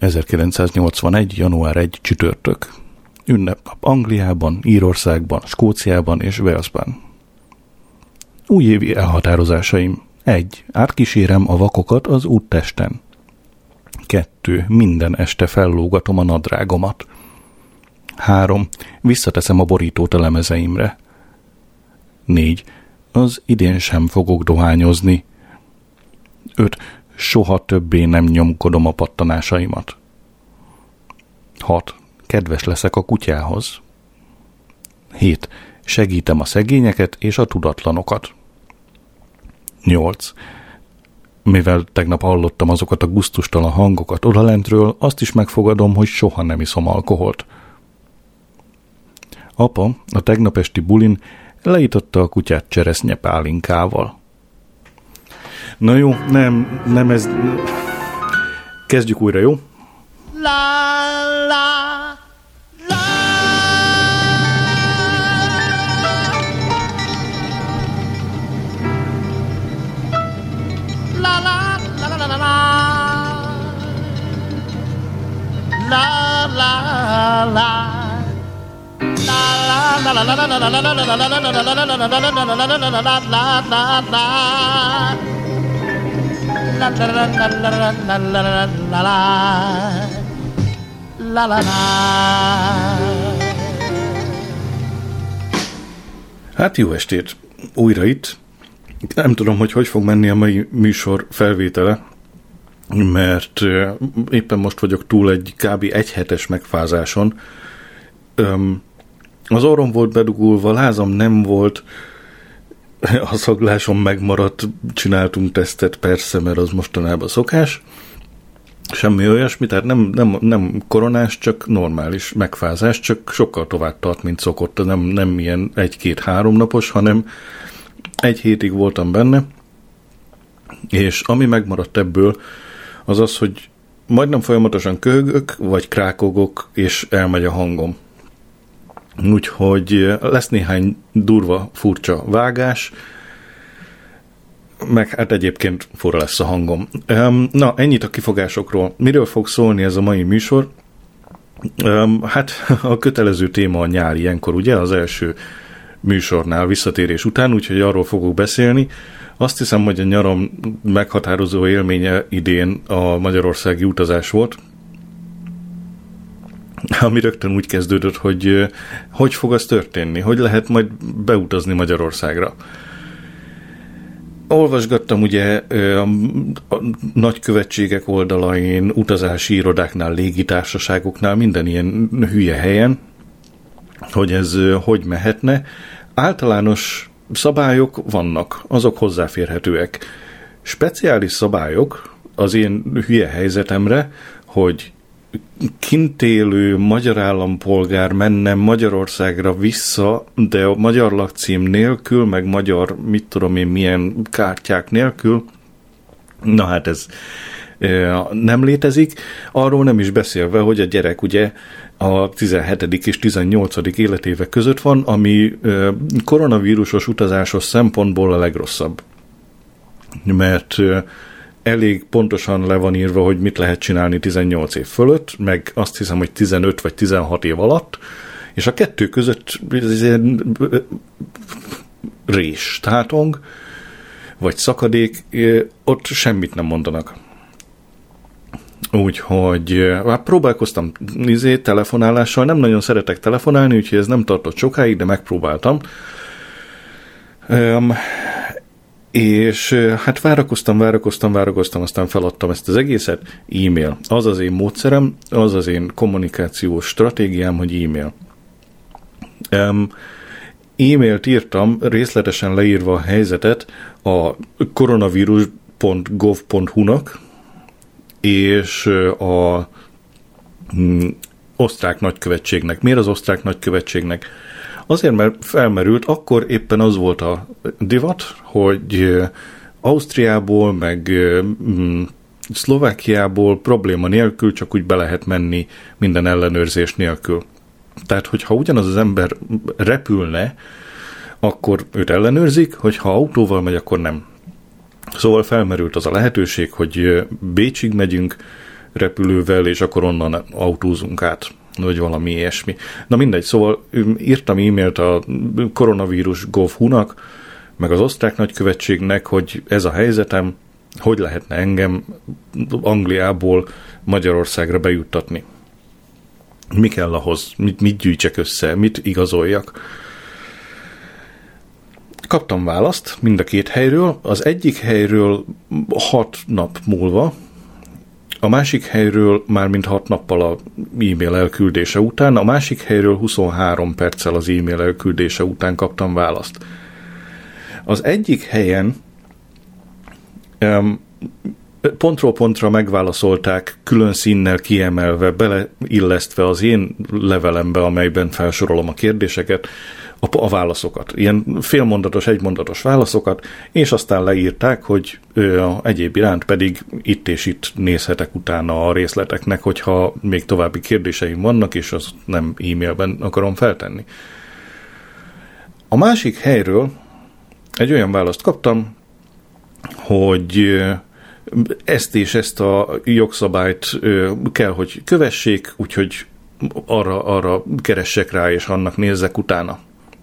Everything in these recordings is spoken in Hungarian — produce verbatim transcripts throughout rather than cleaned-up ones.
ezerkilencszáznyolcvanegy. január elsején csütörtök. Ünnepnap Angliában, Írországban, Skóciában és Walesban. Újévi elhatározásaim. egy. Átkísérem a vakokat az úttesten. kettő. Minden este fellógatom a nadrágomat. három. Visszateszem a borítót a lemezeimre. négy. Az idén sem fogok dohányozni. öt. Soha többé nem nyomkodom a pattanásaimat. hat. Kedves leszek a kutyához. hét. Segítem a szegényeket és a tudatlanokat. nyolc. Mivel tegnap hallottam azokat a gusztustalan hangokat odalentről, azt is megfogadom, hogy soha nem iszom alkoholt. Apa a tegnap esti bulin leította a kutyát cseresznye pálinkával. Na jó, nem, nem ez... Kezdjük újra, jó? La, la, la. La, la, la, la, la, la. La, la, la. Hát jó estét! Újra itt. Nem tudom, hogy hogy fog menni a mai műsor felvétele, mert éppen most vagyok túl egy kb. egy hetes megfázáson. Az orrom volt bedugulva, lázam nem volt, a szaglásom megmaradt, csináltunk tesztet persze, mert az mostanában szokás. Semmi olyasmi, tehát nem, nem, nem koronás, csak normális megfázás, csak sokkal tovább tart, mint szokott. Nem, nem ilyen egy-két-három napos, hanem egy hétig voltam benne, és ami megmaradt ebből, az az, hogy majdnem folyamatosan köhögök, vagy krákogok, és elmegy a hangom. Úgyhogy lesz néhány durva, furcsa vágás, meg hát egyébként fura lesz a hangom. Na, ennyit a kifogásokról. Miről fog szólni ez a mai műsor? Hát a kötelező téma a nyár ilyenkor, ugye, az első műsornál visszatérés után, úgyhogy arról fogok beszélni. Azt hiszem, hogy a nyaram meghatározó élménye idén a magyarországi utazás volt, ami rögtön úgy kezdődött, hogy hogy fog az történni, hogy lehet majd beutazni Magyarországra. Olvasgattam ugye a nagykövetségek oldalain, utazási irodáknál, légitársaságoknál, minden ilyen hülye helyen, hogy ez hogy mehetne. Általános szabályok vannak, azok hozzáférhetőek. Speciális szabályok az én hülye helyzetemre, hogy kint élő magyar állampolgár menne Magyarországra vissza, de a magyar lakcím nélkül, meg magyar, mit tudom én, milyen kártyák nélkül, na hát ez e, nem létezik. Arról nem is beszélve, hogy a gyerek ugye a tizenhetedik és tizennyolcadik életévek között van, ami e, koronavírusos utazásos szempontból a legrosszabb. Mert e, elég pontosan le van írva, hogy mit lehet csinálni tizennyolc év fölött, meg azt hiszem, hogy tizenöt vagy tizenhat év alatt, és a kettő között ez ilyen rés, tátong, vagy szakadék, ott semmit nem mondanak. Úgyhogy hát próbálkoztam izé, telefonálással, nem nagyon szeretek telefonálni, úgyhogy ez nem tartott sokáig, de megpróbáltam. Um, És hát várakoztam, várakoztam, várakoztam, aztán feladtam ezt az egészet. E-mail. Az az én módszerem, az az én kommunikációs stratégiám, hogy e-mail. Um, e-mailt írtam, részletesen leírva a helyzetet a koronavírus pont gov pont hu-nak és a um, osztrák nagykövetségnek. Miért az osztrák nagykövetségnek? Azért, mert felmerült, akkor éppen az volt a divat, hogy Ausztriából, meg Szlovákiából probléma nélkül csak úgy be lehet menni minden ellenőrzés nélkül. Tehát, hogyha ugyanaz az ember repülne, akkor őt ellenőrzik, hogyha autóval megy, akkor nem. Szóval felmerült az a lehetőség, hogy Bécsig megyünk, repülővel, és akkor onnan autózunk át, vagy valami ilyesmi. Na mindegy, szóval írtam e-mailt a koronavírus gov hu-nak, meg az osztrák nagykövetségnek, hogy ez a helyzetem, hogy lehetne engem Angliából Magyarországra bejuttatni. Mi kell ahhoz? Mit, mit gyűjtsek össze? Mit igazoljak? Kaptam választ mind a két helyről. Az egyik helyről hat nap múlva, a másik helyről már mint hat nappal a e-mail elküldése után, a másik helyről huszonhárom perccel az e-mail elküldése után kaptam választ. Az egyik helyen um, pontról pontra megválaszolták, külön színnel kiemelve, beleillesztve az én levelembe, amelyben felsorolom a kérdéseket, a, a válaszokat. Ilyen félmondatos, egymondatos válaszokat, és aztán leírták, hogy ö, egyéb iránt pedig itt és itt nézhetek utána a részleteknek, hogyha még további kérdéseim vannak, és azt nem e-mailben akarom feltenni. A másik helyről egy olyan választ kaptam, hogy ezt és ezt a jogszabályt kell, hogy kövessék, úgyhogy arra, arra keressek rá, és annak nézzek utána.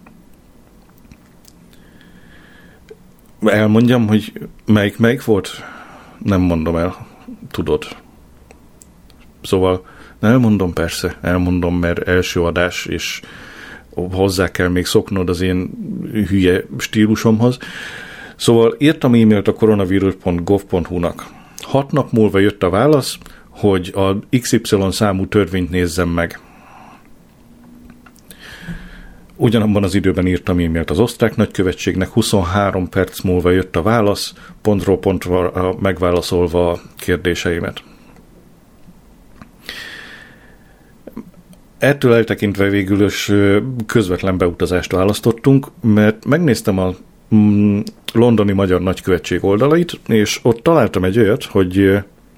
Elmondjam, hogy melyik melyik volt? Nem mondom el. Tudod. Szóval elmondom, persze, elmondom, mert első adás, és hozzá kell még szoknod az én hülye stílusomhoz. Szóval írtam e-mailt a koronavírus pont gov pont hu-nak. Hat nap múlva jött a válasz, hogy a iksz ipszilon számú törvényt nézzem meg. Ugyanabban az időben írtam e-mailt az osztrák nagykövetségnek, huszonhárom perc múlva jött a válasz, pontról pontra megválaszolva a kérdéseimet. Ettől eltekintve végül is közvetlen beutazást választottunk, mert megnéztem a londoni magyar nagykövetség oldalait, és ott találtam egy olyat, hogy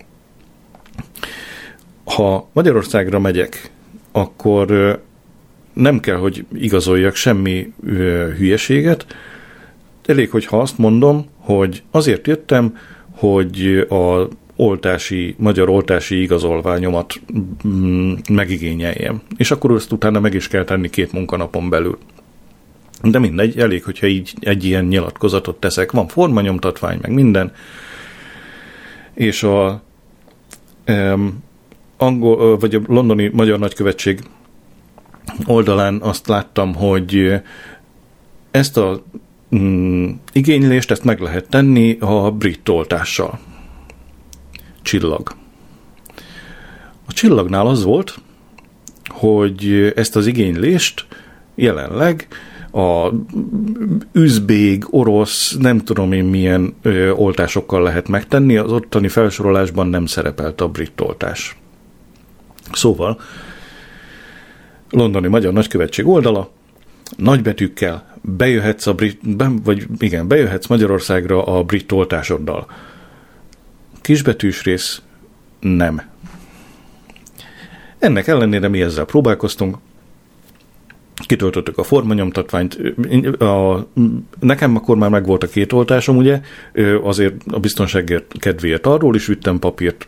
ha Magyarországra megyek, akkor nem kell, hogy igazoljak semmi hülyeséget. Elég, hogyha azt mondom, hogy azért jöttem, hogy a oltási, magyar oltási igazolványomat megigényeljem. És akkor ezt utána meg is kell tenni két munkanapon belül. De mindegy, elég, hogyha így egy ilyen nyilatkozatot teszek. Van formanyomtatvány, meg minden. És a um, angol, vagy a londoni magyar nagykövetség oldalán azt láttam, hogy ezt a um, igénylést, ezt meg lehet tenni a brit oltással. Csillag. A csillagnál az volt, hogy ezt az igénylést jelenleg a üzbég, orosz, nem tudom én milyen ö, oltásokkal lehet megtenni, az ottani felsorolásban nem szerepelt a brit oltás. Szóval, londoni magyar nagykövetség oldala, nagybetűkkel bejöhetsz a brit, be, vagy igen, bejöhetsz Magyarországra a brit oltásoddal. Kisbetűs rész nem. Ennek ellenére mi ezzel próbálkoztunk, kitöltöttük a formanyomtatványt, a, nekem akkor már megvolt a két oltásom, ugye, azért a biztonságért kedvéért arról is vittem papírt,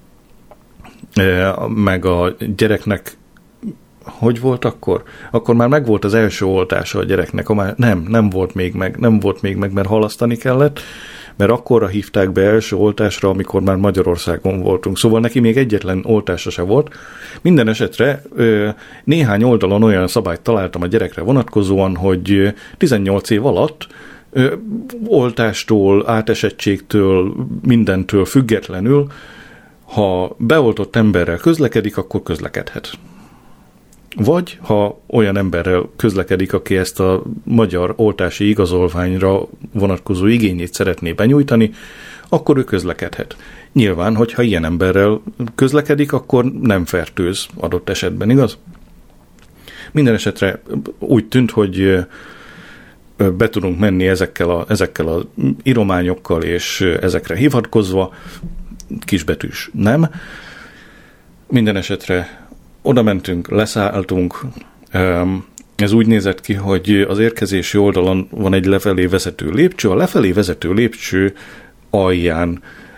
meg a gyereknek, hogy volt akkor? Akkor már megvolt az első oltása a gyereknek, a már, nem, nem volt még meg, nem volt még meg, mert halasztani kellett, mert akkorra hívták be első oltásra, amikor már Magyarországon voltunk. Szóval neki még egyetlen oltása se volt. Minden esetre néhány oldalon olyan szabályt találtam a gyerekre vonatkozóan, hogy tizennyolc év alatt oltástól, átesettségtől, mindentől függetlenül, ha beoltott emberrel közlekedik, akkor közlekedhet. Vagy, ha olyan emberrel közlekedik, aki ezt a magyar oltási igazolványra vonatkozó igényét szeretné benyújtani, akkor ő közlekedhet. Nyilván, hogyha ilyen emberrel közlekedik, akkor nem fertőz adott esetben, igaz? Minden esetre úgy tűnt, hogy be tudunk menni ezekkel a, ezekkel a írományokkal, és ezekre hivatkozva, kisbetűs nem. Minden esetre oda mentünk, leszálltunk. Ez úgy nézett ki, hogy az érkezési oldalon van egy lefelé vezető lépcső. A lefelé vezető lépcső alján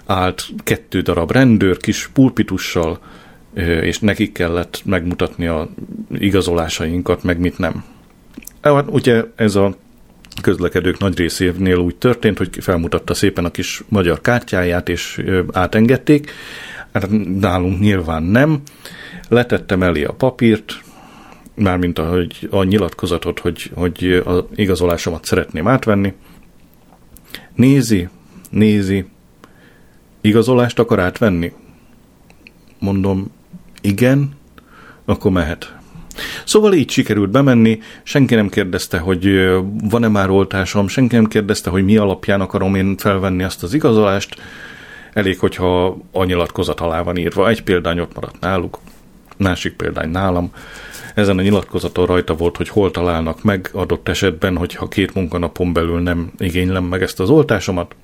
állt kettő darab rendőr kis pulpitussal, és nekik kellett megmutatni a igazolásainkat, meg mit nem. Hát ugye ez a közlekedők nagy részénél úgy történt, hogy felmutatta szépen a kis magyar kártyáját, és átengedték. Hát nálunk nyilván nem. Letettem elé a papírt, mármint ahogy a nyilatkozatot, hogy, hogy az igazolásomat szeretném átvenni. Nézi, nézi, igazolást akar átvenni? Mondom, igen, akkor mehet. Szóval így sikerült bemenni, senki nem kérdezte, hogy van-e már oltásom, senki nem kérdezte, hogy mi alapján akarom én felvenni azt az igazolást. Elég, hogyha a nyilatkozat alá van írva. Egy példány ott maradt náluk, másik példány nálam. Ezen a nyilatkozaton rajta volt, hogy hol találnak meg adott esetben, hogyha két munkanapon belül nem igénylem meg ezt az oltásomat.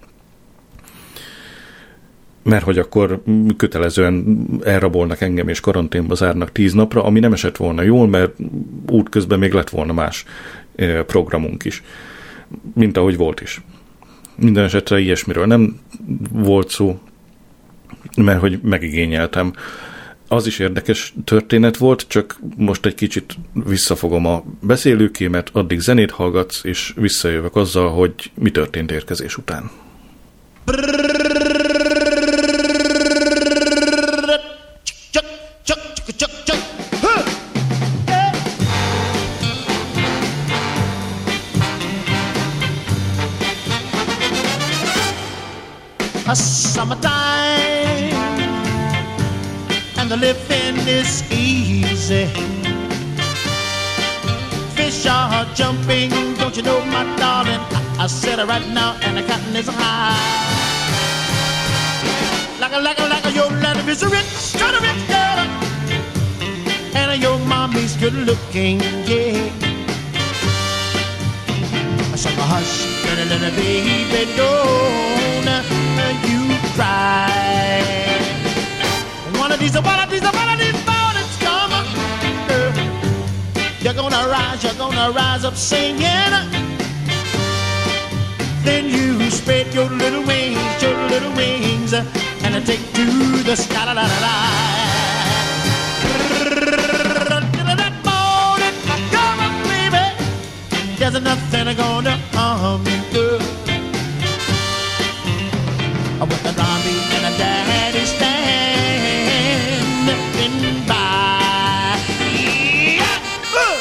Mert hogy akkor kötelezően elrabolnak engem és karanténba zárnak tíz napra, ami nem esett volna jól, mert útközben még lett volna más programunk is, mint ahogy volt is. Minden esetre ilyesmiről nem volt szó, mert hogy megigényeltem. Az is érdekes történet volt, csak most egy kicsit visszafogom a beszélőkémet, addig zenét hallgatsz, és visszajövök azzal, hogy mi történt érkezés után. A summertime and the living is easy. Fish are jumping, don't you know, my darling? I, I said it right now, and the cotton is high. Like a, like a, like a, your lady is a rich, kind of rich girl, and your mommy's good looking, yeah. So hush, little, little baby, don't you cry. One of these, one of these, one of these mornings come, uh, you're gonna rise, you're gonna rise up singing. Then you spread your little wings, your little wings, and take to the sky. La, la, la, la. That morning, come on, baby. There's nothing gonna harm you, girl. With the mommy and the daddy standing by. Yeah. Uh.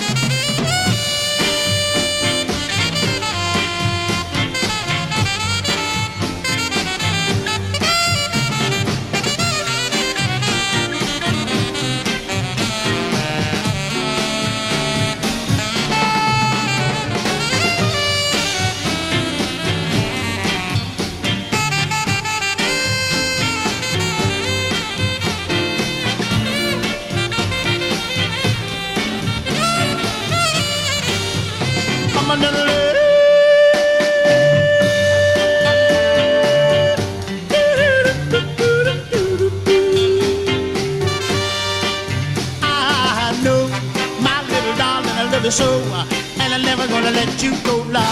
So, and I'm never gonna let you go, love.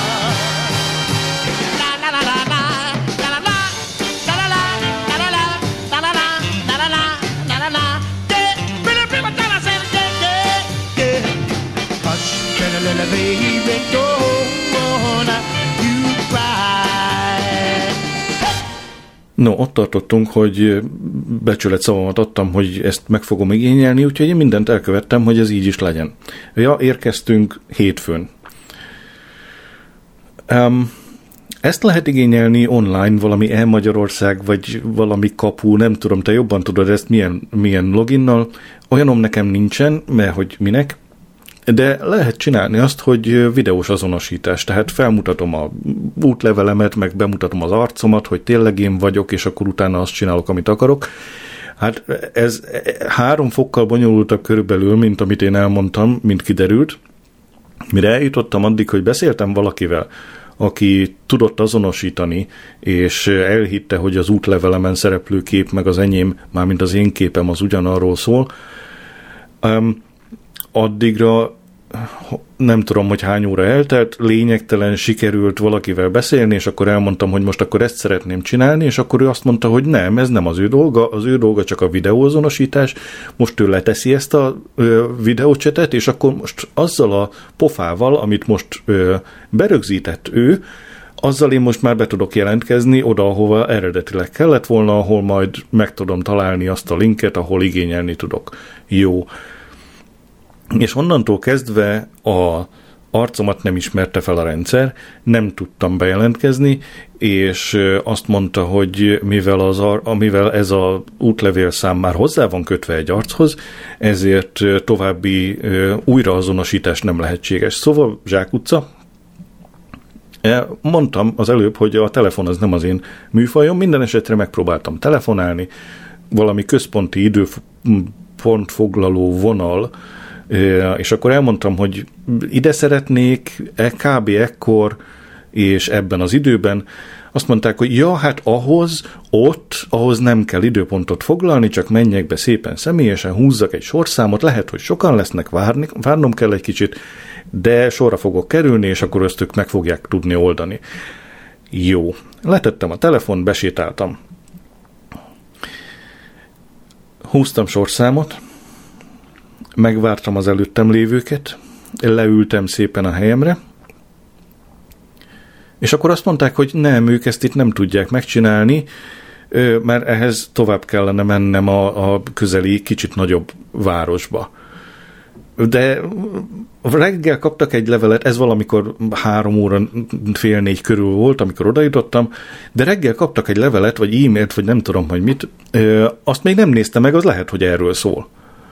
La la la la la, la la la, la la la, la la la, la la la, la la la, la la la. Yeah, pretty people tell us anything, yeah, yeah. Hush, little little baby, don't you cry. No, ott tartottunk, hogy becsület szavamat adtam, hogy ezt meg fogom igényelni, úgyhogy én mindent elkövettem, hogy ez így is legyen. Ja, érkeztünk hétfőn. Um, ezt lehet igényelni online, valami e-Magyarország, vagy valami kapu, nem tudom, te jobban tudod ezt milyen, milyen loginnal. Olyanom nekem nincsen, mert hogy minek, de lehet csinálni azt, hogy videós azonosítás, tehát felmutatom a útlevelemet, meg bemutatom az arcomat, hogy tényleg én vagyok, és akkor utána azt csinálok, amit akarok. Hát ez három fokkal bonyolultabb körülbelül, mint amit én elmondtam, mint kiderült. Mire eljutottam addig, hogy beszéltem valakivel, aki tudott azonosítani, és elhitte, hogy az útlevelemen szereplő kép, meg az enyém, mármint az én képem, az ugyanarról szól. Um, addigra nem tudom, hogy hány óra eltelt, lényegtelen, sikerült valakivel beszélni, és akkor elmondtam, hogy most akkor ezt szeretném csinálni, és akkor ő azt mondta, hogy nem, ez nem az ő dolga, az ő dolga csak a videóazonosítás, most ő leteszi ezt a ö, videócsetet, és akkor most azzal a pofával, amit most ö, berögzített ő, azzal én most már be tudok jelentkezni oda, ahova eredetileg kellett volna, ahol majd meg tudom találni azt a linket, ahol igényelni tudok. Jó. És onnantól kezdve a arcomat nem ismerte fel a rendszer, nem tudtam bejelentkezni, és azt mondta, hogy mivel, az, mivel ez az útlevélszám már hozzá van kötve egy archoz, ezért további újraazonosítás nem lehetséges. Szóval zsákutca. Mondtam az előbb, hogy a telefon az nem az én műfajom, minden esetre megpróbáltam telefonálni, valami központi időpont foglaló vonal, és akkor elmondtam, hogy ide szeretnék, kb. Ekkor, és ebben az időben. Azt mondták, hogy ja, hát ahhoz, ott, ahhoz nem kell időpontot foglalni, csak menjek be szépen személyesen, húzzak egy sorszámot, lehet, hogy sokan lesznek, várni, várnom kell egy kicsit, de sorra fogok kerülni, és akkor ezt ők meg fogják tudni oldani. Jó. Letettem a telefont, besétáltam. Húztam sorszámot, megvártam az előttem lévőket, leültem szépen a helyemre, és akkor azt mondták, hogy nem, ők ezt itt nem tudják megcsinálni, mert ehhez tovább kellene mennem a, a közeli, kicsit nagyobb városba. De reggel kaptak egy levelet, ez valamikor három óra, fél négy körül volt, amikor odajutottam, de reggel kaptak egy levelet, vagy e-mailt, vagy nem tudom, hogy mit, azt még nem néztem meg, az lehet, hogy erről szól.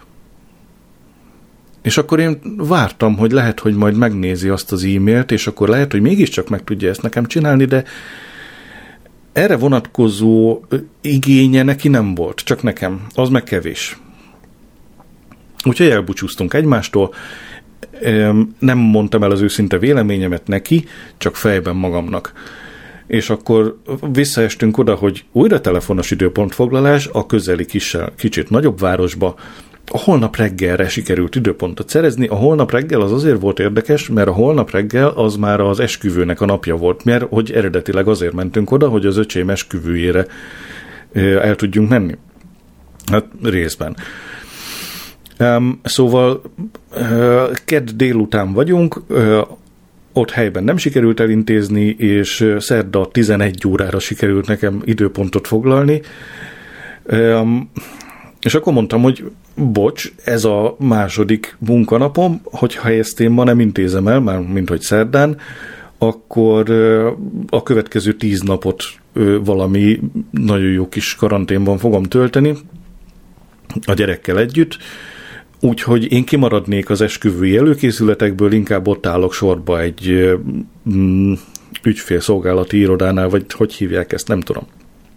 És akkor én vártam, hogy lehet, hogy majd megnézi azt az e-mailt, és akkor lehet, hogy mégiscsak meg tudja ezt nekem csinálni, de erre vonatkozó igénye neki nem volt, csak nekem. Az meg kevés. Úgyhogy elbúcsúztunk egymástól, nem mondtam el az őszinte véleményemet neki, csak fejben magamnak. És akkor visszaestünk oda, hogy újra telefonos időpontfoglalás a közeli kissel, kicsit nagyobb városba. A holnap reggelre sikerült időpontot szerezni. A holnap reggel az azért volt érdekes, mert a holnap reggel az már az esküvőnek a napja volt, mert hogy eredetileg azért mentünk oda, hogy az öcsém esküvőjére el tudjunk menni. Hát részben. Um, szóval uh, kedd délután vagyunk, uh, ott helyben nem sikerült elintézni, és uh, szerda tizenegy órára sikerült nekem időpontot foglalni. Um, és akkor mondtam, hogy bocs, ez a második munkanapom, hogyha ezt én ma nem intézem el, már mint hogy szerdán, akkor uh, a következő tíz napot uh, valami nagyon jó kis karanténban fogom tölteni a gyerekkel együtt. Úgyhogy én kimaradnék az esküvői előkészületekből, inkább ott állok sorba egy mm, ügyfélszolgálati irodánál, vagy hogy hívják ezt, nem tudom.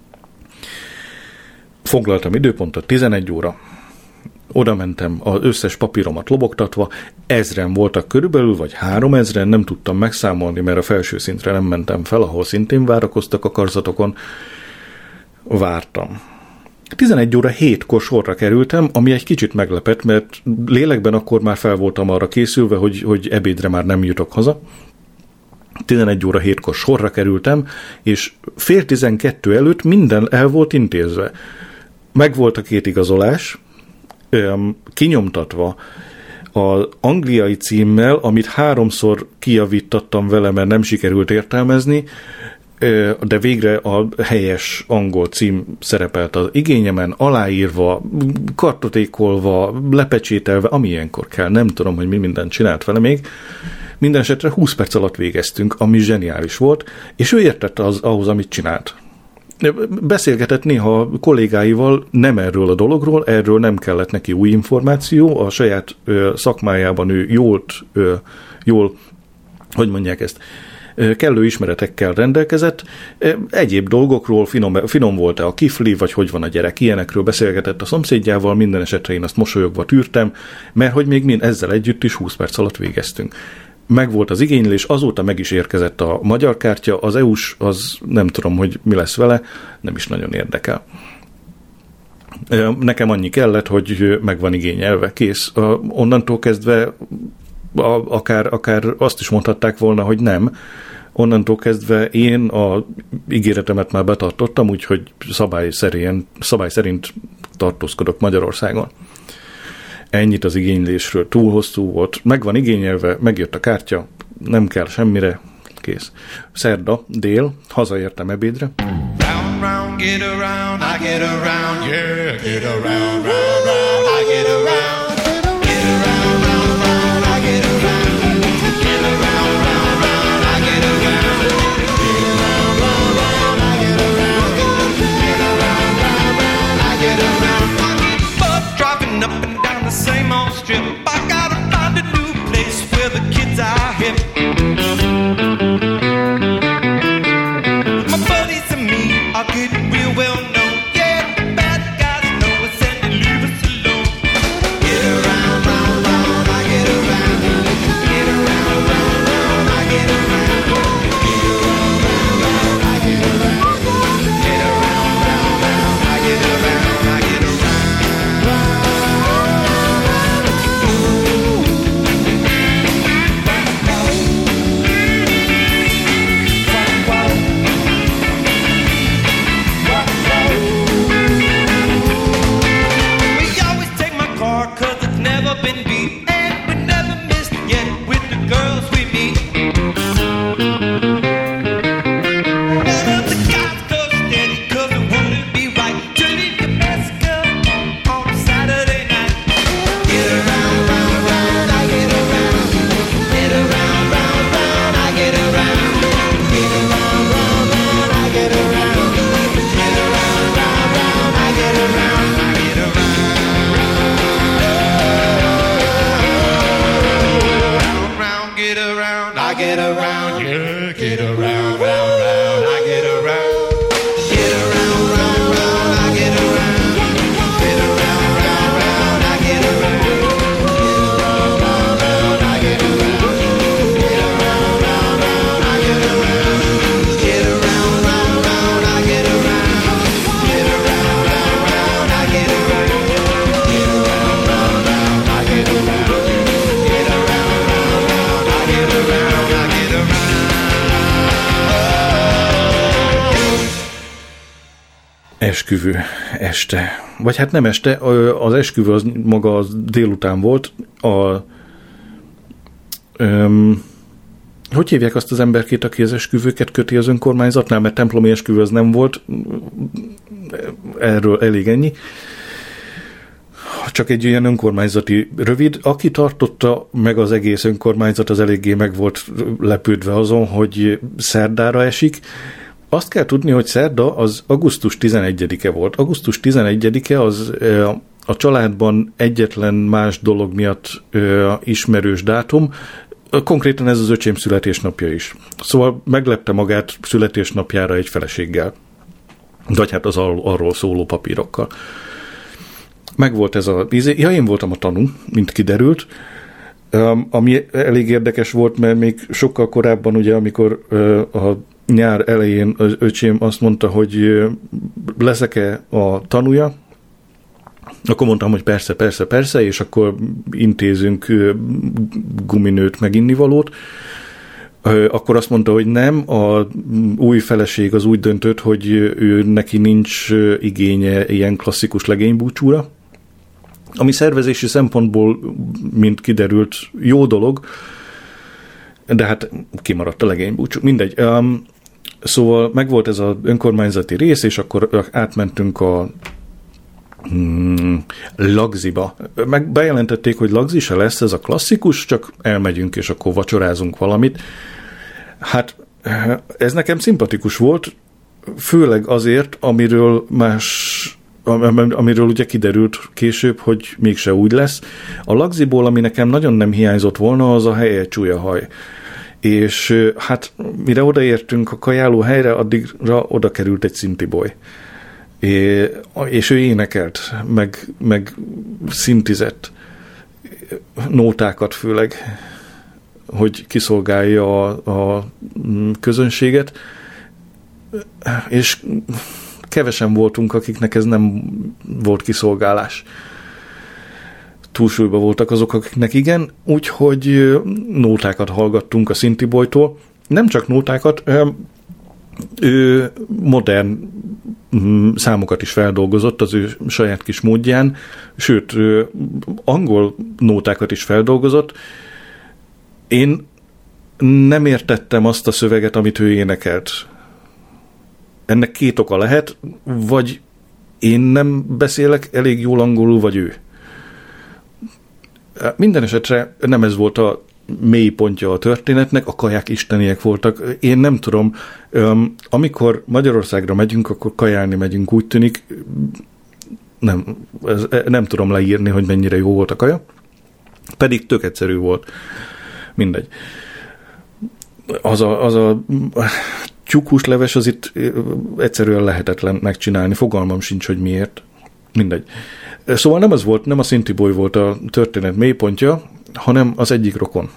Foglaltam időpontot, tizenegy óra, oda mentem az összes papíromat lobogtatva, ezren voltak körülbelül, vagy három ezren, nem tudtam megszámolni, mert a felső szintre nem mentem fel, ahol szintén várakoztak a karzatokon. Vártam. tizenegy óra hétkor sorra kerültem, ami egy kicsit meglepett, mert lélekben akkor már fel voltam arra készülve, hogy, hogy ebédre már nem jutok haza. tizenegy óra hétkor sorra kerültem, és fél tizenkettő előtt minden el volt intézve. Megvolt a két igazolás, kinyomtatva az angliai címmel, amit háromszor kijavítattam vele, mert nem sikerült értelmezni, de végre a helyes angol cím szerepelt az igényemen, aláírva, kartotékolva, lepecsételve, ami ilyenkor kell. Nem tudom, hogy mi mindent csinált vele még. Minden esetre húsz perc alatt végeztünk, ami zseniális volt, és ő értette az, ahhoz, amit csinált. Beszélgetett néha a kollégáival nem erről a dologról, erről nem kellett neki új információ, a saját ö, szakmájában ő jól, ö, jól, hogy mondják ezt, kellő ismeretekkel rendelkezett, egyéb dolgokról finom, finom volt-e a kifli, vagy hogy van a gyerek, ilyenekről beszélgetett a szomszédjával, minden esetre én azt mosolyogva tűrtem, mert hogy még mind ezzel együtt is húsz perc alatt végeztünk. Megvolt az igénylés, azóta meg is érkezett a magyar kártya, az é u-s, az nem tudom, hogy mi lesz vele, nem is nagyon érdekel. Nekem annyi kellett, hogy meg van igényelve, kész. Onnantól kezdve a, akár, akár azt is mondhatták volna, hogy nem. Onnantól kezdve én a ígéretemet már betartottam, úgyhogy szabály szerint, szabály szerint tartózkodok Magyarországon. Ennyit az igénylésről. Túl hosszú volt. Meg van igényelve, megjött a kártya, nem kell semmire, kész. Szerda, dél, hazaértem ebédre. Round, round, get around, I get around, yeah, get around, round, round, I get around, get around, round, round, I get around, get around, round, round, I get around, get around, round, round, I get around, get around, round, round, I get around. But driving up and down the same old strip, I gotta find a new place where the kids are hip. My buddies and me are getting real well known. Yeah, the bad guys know us and they leave us alone. Get around, round, round, I get around. Get around, round, round, I get around. Get around, round, round, I get around. Get around, round, round, I get around. I get around. Been beat and we never missed yet with the girls we meet. None of the guys go steady cause it wouldn't be right to leave your best girl on a Saturday night. Get around, round, round, I get around. Get around, round, round, I get around. Get around, round, round, I get around. Get around, round, round, I get around. I get around. Get around, I get around, yeah, get around, round, round, I get around. Get around, round, round, I get around. Get around, round, round, I get around. Get around, round, round, I get around. Get around, round, round, I get around. Get around, round, round, I get around. Get around, round, round, I get around. Get around, round, round, I get around. Esküvő este. Vagy hát nem este, az esküvő az maga az délután volt. A, öm, hogy hívják azt az emberkét, aki az esküvőket köti az önkormányzatnál, mert templomi esküvő az nem volt. Erről elég ennyi. Csak egy olyan önkormányzati rövid. Aki tartotta meg az egész önkormányzat, az eléggé meg volt lepődve azon, hogy szerdára esik. Azt kell tudni, hogy szerda az augusztus tizenegyedike volt. augusztus tizenegyedike az a családban egyetlen más dolog miatt ismerős dátum, konkrétan ez az öcsém születésnapja is. Szóval meglepte magát születésnapjára egy feleséggel, vagy hát az arról szóló papírokkal. Megvolt ez a... Ja, én voltam a tanú, mint kiderült, ami elég érdekes volt, mert még sokkal korábban, ugye, amikor a nyár elején az öcsém azt mondta, hogy leszek-e a tanúja, akkor mondtam, hogy persze, persze, persze, és akkor intézünk guminőt meg innivalót. Akkor azt mondta, hogy nem, a új feleség az úgy döntött, hogy ő neki nincs igénye ilyen klasszikus legénybúcsúra, ami szervezési szempontból, mint kiderült, jó dolog, de hát kimaradt a legénybúcsú. Mindegy. Um, szóval megvolt ez az önkormányzati rész, és akkor átmentünk a hmm, Lagziba. Meg bejelentették, hogy Lagzi se lesz, ez a klasszikus, csak elmegyünk, és akkor vacsorázunk valamit. Hát ez nekem szimpatikus volt, főleg azért, amiről más amiről ugye kiderült később, hogy mégse úgy lesz. A Lagziból, ami nekem nagyon nem hiányzott volna, az a helye csúlyahaj. És hát mire odaértünk a kajáló helyre, addigra oda került egy szintiboly. É, és ő énekelt, meg, meg szintizett nótákat főleg, hogy kiszolgálja a, a közönséget. És kevesen voltunk, akiknek ez nem volt kiszolgálás. túlsúlyban voltak azok, akiknek igen, úgyhogy nótákat hallgattunk a Szintibolytól. Nem csak nótákat, ő modern számokat is feldolgozott az ő saját kis módján, sőt, angol nótákat is feldolgozott. Én nem értettem azt a szöveget, amit ő énekelt. Ennek két oka lehet, vagy én nem beszélek elég jól angolul, vagy ő. Minden esetre nem ez volt a mély pontja a történetnek, a kaják isteniek voltak. Én nem tudom, amikor Magyarországra megyünk, akkor kajálni megyünk, úgy tűnik, nem, ez, nem tudom leírni, hogy mennyire jó volt a kaja, pedig tök egyszerű volt. Mindegy. Az a, az a tyúkhús leves az itt egyszerűen lehetetlen megcsinálni, fogalmam sincs, hogy miért. Mindegy. Szóval nem az volt, nem a Szintiboly volt a történet mélypontja, hanem az egyik rokon.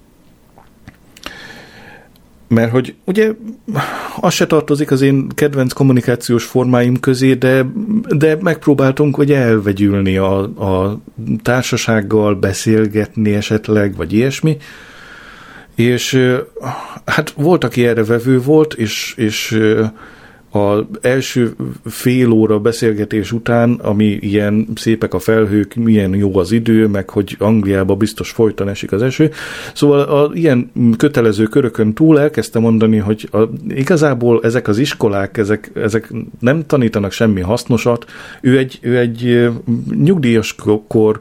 Mert hogy ugye az se tartozik az én kedvenc kommunikációs formáim közé, de, de megpróbáltunk ugye elvegyülni a, a társasággal, beszélgetni esetleg, vagy ilyesmi. És hát volt, aki erre vevő volt, és, és az első fél óra beszélgetés után, ami ilyen szépek a felhők, milyen jó az idő, meg hogy Angliában biztos folyton esik az eső. Szóval a ilyen kötelező körökön túl elkezdtem mondani, hogy a, igazából ezek az iskolák, ezek, ezek nem tanítanak semmi hasznosat. Ő egy, ő egy nyugdíjas kor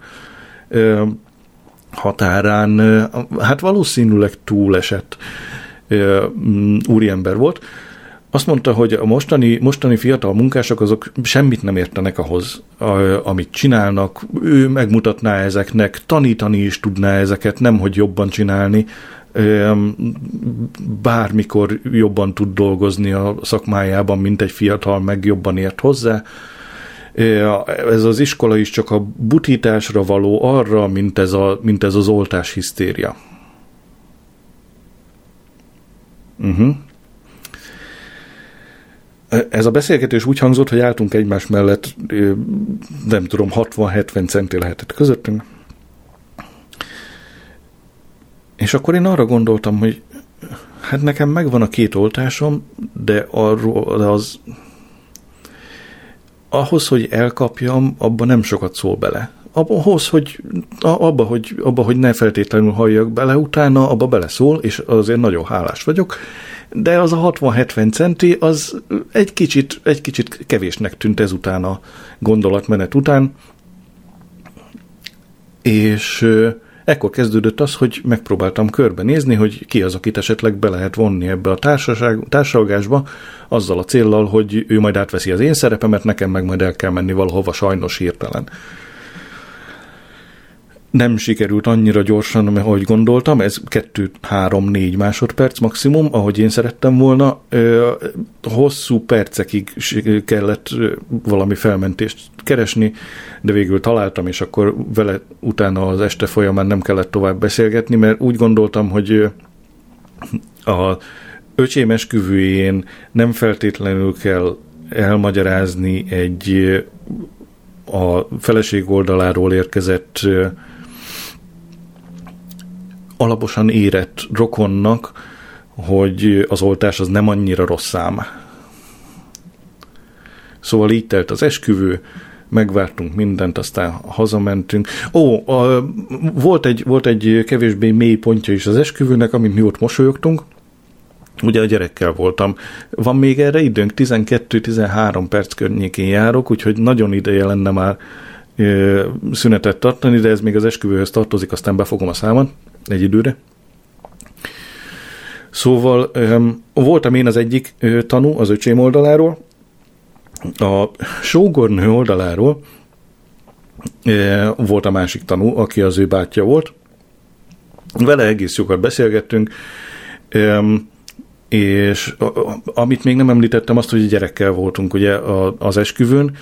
határán, hát valószínűleg túlesett úriember volt. Azt mondta, hogy a mostani, mostani fiatal munkások azok semmit nem értenek ahhoz, amit csinálnak. Ő megmutatná ezeknek, tanítani is tudná ezeket, nemhogy jobban csinálni. Bármikor jobban tud dolgozni a szakmájában, mint egy fiatal, meg jobban ért hozzá. Ez az iskola is csak a butításra való arra, mint ez, a, mint ez az oltás hisztéria. Uh-huh. Ez a beszélgetés úgy hangzott, hogy álltunk egymás mellett, nem tudom, hatvan-hetven centi lehetett közöttünk. És akkor én arra gondoltam, hogy hát nekem megvan a két oltásom, de arról de az ahhoz, hogy elkapjam, abba nem sokat szól bele. Ahhoz, hogy abba, hogy, abba, hogy ne feltétlenül halljak bele, utána abba beleszól, és azért nagyon hálás vagyok, de az a hatvan-hetven centi, az egy kicsit, egy kicsit kevésnek tűnt ezután a gondolatmenet után, és ekkor kezdődött az, hogy megpróbáltam körbenézni, hogy ki az, akit esetleg be lehet vonni ebbe a társalgásba, azzal a céllal, hogy ő majd átveszi az én szerepemet, nekem meg majd el kell menni valahova, sajnos hirtelen. Nem sikerült annyira gyorsan, ahogy gondoltam, ez kettő, három, négy másodperc maximum, ahogy én szerettem volna. Hosszú percekig kellett valami felmentést keresni, de végül találtam, és akkor vele utána az este folyamán nem kellett tovább beszélgetni, mert úgy gondoltam, hogy a öcsém esküvőjén nem feltétlenül kell elmagyarázni egy a feleség oldaláról érkezett alaposan érett rokonnak, hogy az oltás az nem annyira rossz szám. Szóval így telt az esküvő, megvártunk mindent, aztán hazamentünk. Ó, a, volt, egy, volt egy kevésbé mély pontja is az esküvőnek, amit mi ott mosolyogtunk. Ugye a gyerekkel voltam. Van még erre időnk? tizenkettő-tizenhárom perc környékén járok, úgyhogy nagyon ideje lenne már ö, szünetet tartani, de ez még az esküvőhöz tartozik, aztán befogom a számat egy időre. Szóval ö, voltam én az egyik ö, tanú az öcsém oldaláról, a sógornő oldaláról ö, volt a másik tanú, aki az ő bátyja volt. Vele egész sokat beszélgettünk, ö, és amit még nem említettem, azt, hogy gyerekkel voltunk ugye az esküvőn.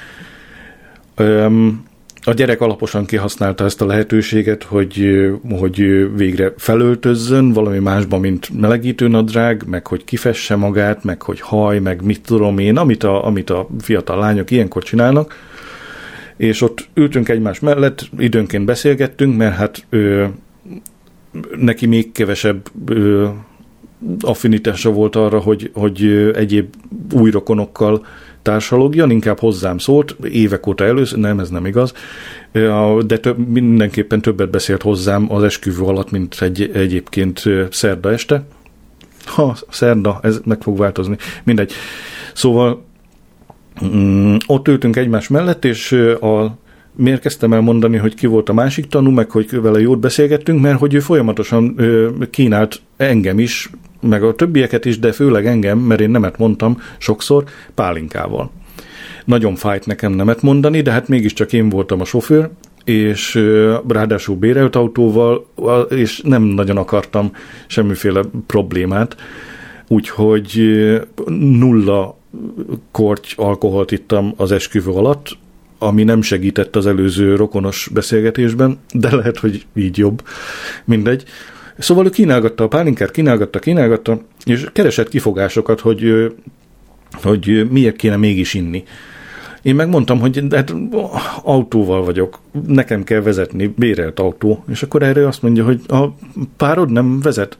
A gyerek alaposan kihasználta ezt a lehetőséget, hogy, hogy végre felöltözzön valami másba, mint melegítőnadrág, meg hogy kifesse magát, meg hogy haj, meg mit tudom én, amit a, amit a fiatal lányok ilyenkor csinálnak. és ott ültünk egymás mellett, időnként beszélgettünk, mert hát ö, neki még kevesebb ö, affinitása volt arra, hogy, hogy egyéb új rokonokkal társalogjon, inkább hozzám szólt, évek óta először, nem, ez nem igaz, de több, mindenképpen többet beszélt hozzám az esküvő alatt, mint egy, egyébként szerda este. Ha, szerda, ez meg fog változni, mindegy. Szóval mm, ott ültünk egymás mellett, és a miért kezdtem el mondani, hogy ki volt a másik tanú, meg hogy vele jót beszélgettünk, mert hogy ő folyamatosan ö, kínált engem is, meg a többieket is, de főleg engem, mert én nemet mondtam sokszor, pálinkával. Nagyon fájt nekem nemet mondani, de hát mégiscsak én voltam a sofőr, és ö, ráadásul bérelt autóval, és nem nagyon akartam semmiféle problémát, úgyhogy ö, nulla korty alkoholt ittam az esküvő alatt, ami nem segített az előző rokonos beszélgetésben, de lehet, hogy így jobb, mindegy. Szóval ő kínálgatta a pálinkát, kínálgatta, kínálgatta, és keresett kifogásokat, hogy, hogy miért kéne mégis inni. Én megmondtam, hogy hát autóval vagyok, nekem kell vezetni, bérelt autó, és akkor erre azt mondja, hogy a párod nem vezet.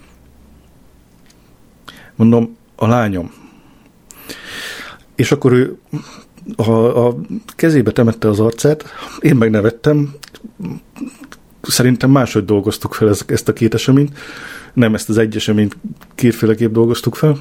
Mondom, a lányom. És akkor ő a, a kezébe temette az arcát, én meg nevettem, szerintem máshogy dolgoztuk fel ezt a két eseményt, nem ezt az egy eseményt kétféleképp dolgoztuk fel,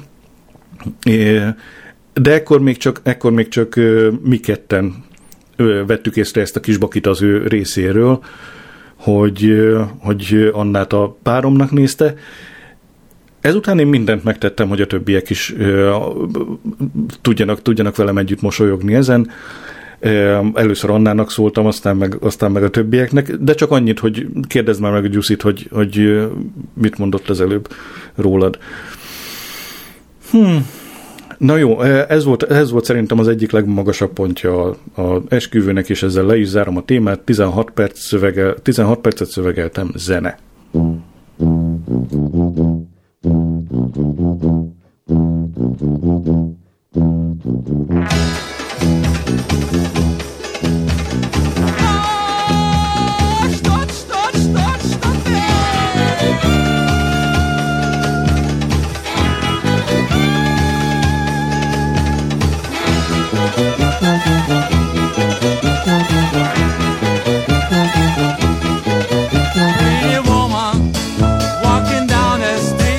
de ekkor még csak, ekkor még csak mi ketten vettük észre ezt a kis bakit az ő részéről, hogy, hogy Annát a páromnak nézte. Ezután én mindent megtettem, hogy a többiek is tudjanak, tudjanak velem együtt mosolyogni ezen. Először Annának szóltam, aztán meg, aztán meg a többieknek, de csak annyit, hogy kérdezd már meg a Gyuszit, hogy, hogy mit mondott az előbb rólad. Hmm. Na jó, ez volt, ez volt szerintem az egyik legmagasabb pontja a, a esküvőnek, és ezzel le is zárom a témát. tizenhat perc szövegel, tizenhat percet szövegeltem, zene. Start, start, start, start Hey woman, walking down the street.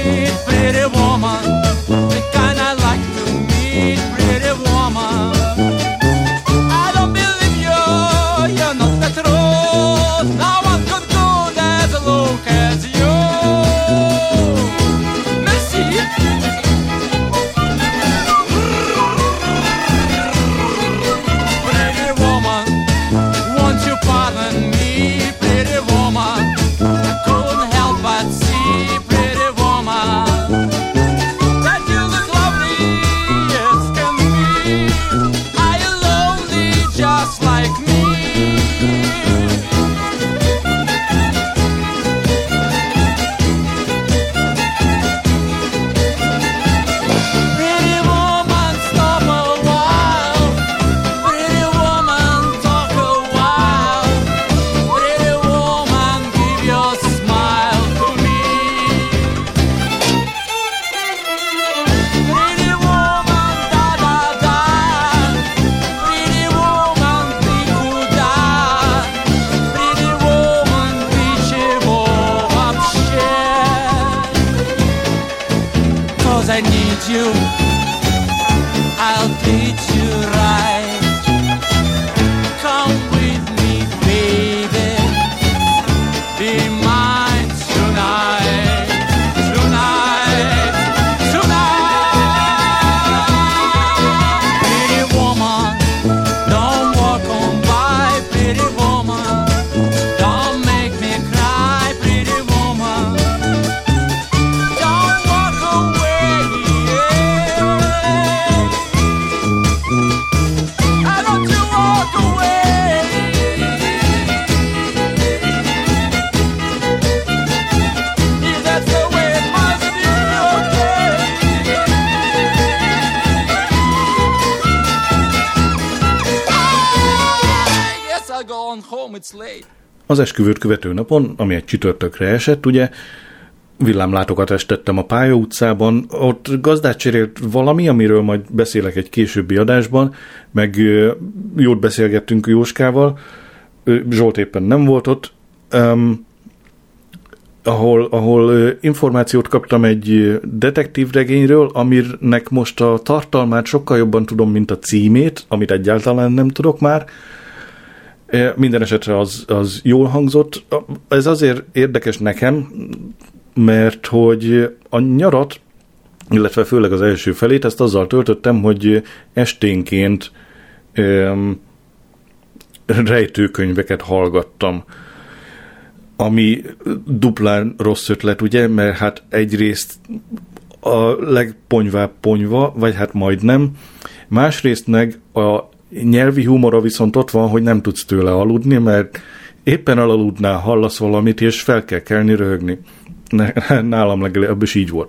home, it's late. Az esküvőt követő napon, ami egy csütörtökre esett, ugye, villámlátogatást tettem a Pálya utcában, ott gazdát cserélt valami, amiről majd beszélek egy későbbi adásban, meg jót beszélgettünk Jóskával, Zsolt éppen nem volt ott, um, ahol, ahol információt kaptam egy detektív regényről, aminek most a tartalmát sokkal jobban tudom, mint a címét, amit egyáltalán nem tudok már. Minden esetre az, az jól hangzott. Ez azért érdekes nekem, mert hogy a nyarat, illetve főleg az első felét, ezt azzal töltöttem, hogy esténként um, rejtőkönyveket hallgattam. Ami duplán rossz ötlet, ugye, mert hát egyrészt a legponyvább ponyva, vagy hát majdnem, másrészt meg a nyelvi humora viszont ott van, hogy nem tudsz tőle aludni, mert éppen alaludnál, hallasz valamit, és fel kell kelni röhögni. Nálam legalábbis így volt.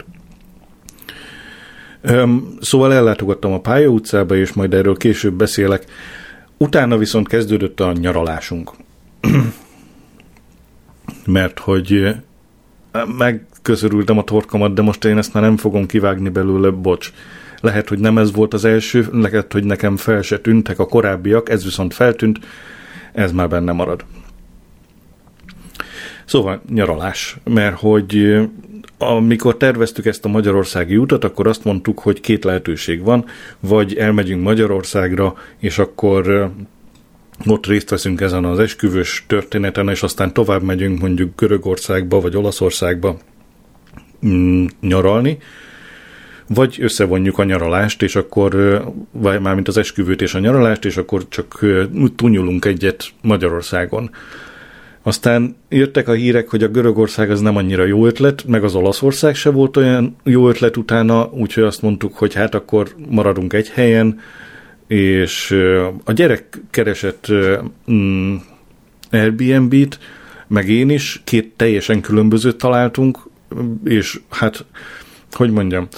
Szóval ellátogattam a Pálya utcába, és majd erről később beszélek. Utána viszont kezdődött a nyaralásunk. Mert hogy megköszörültem a torkomat, de most én ezt már nem fogom kivágni belőle, bocs. Lehet, hogy nem ez volt az első, lehet, hogy nekem fel se tűntek a korábbiak, ez viszont feltűnt, ez már benne marad. Szóval nyaralás, mert hogy amikor terveztük ezt a magyarországi utat, akkor azt mondtuk, hogy két lehetőség van, vagy elmegyünk Magyarországra, és akkor ott részt veszünk ezen az esküvős történeten, és aztán tovább megyünk mondjuk Görögországba, vagy Olaszországba mm, nyaralni, vagy összevonjuk a nyaralást, és akkor, vagy mármint az esküvőt és a nyaralást, és akkor csak tunyulunk egyet Magyarországon. Aztán jöttek a hírek, hogy a Görögország az nem annyira jó ötlet, meg az Olaszország se volt olyan jó ötlet utána, úgyhogy azt mondtuk, hogy hát akkor maradunk egy helyen, és a gyerek keresett mm, Airbnb-t, meg én is, két teljesen különbözőt találtunk, és hát, hogy mondjam,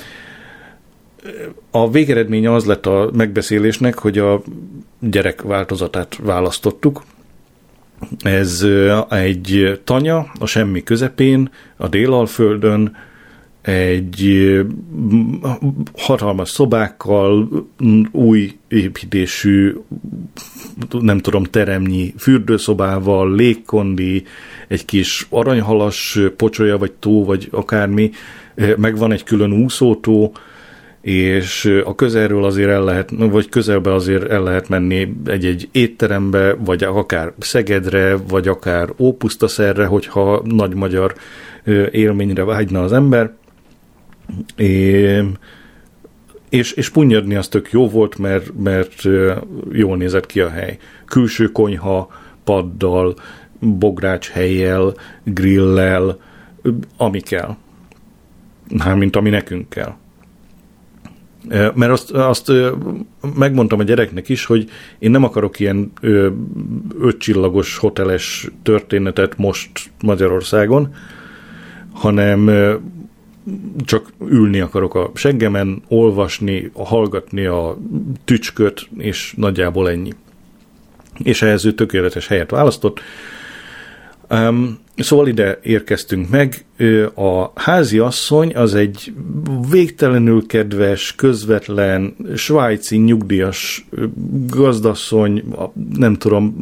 a végeredménye az lett a megbeszélésnek, hogy a gyerek változatát választottuk. Ez egy tanya a semmi közepén, a Délalföldön, egy hatalmas szobákkal, új építésű, nem tudom, teremnyi fürdőszobával, légkondi, egy kis aranyhalas pocsolya, vagy tó, vagy akármi, meg van egy külön úszótó, és a közelről azért el lehet, vagy közelbe azért el lehet menni egy-egy étterembe, vagy akár Szegedre, vagy akár Ópusztaszerre, hogyha nagy magyar élményre vágyna az ember. É, és, és punnyadni az tök jó volt, mert, mert jól nézett ki a hely. Külső konyha, paddal, bogrács helyjel, grillel, ami kell. Hát, mint ami nekünk kell. Mert azt, azt megmondtam a gyereknek is, hogy én nem akarok ilyen ötcsillagos hoteles történetet most Magyarországon, hanem csak ülni akarok a seggemen, olvasni, hallgatni a tücsköt, és nagyjából ennyi. És ehhez ő tökéletes helyet választott. Um, szóval ide érkeztünk meg. A háziasszony az egy végtelenül kedves, közvetlen, svájci nyugdíjas gazdasszony, nem tudom,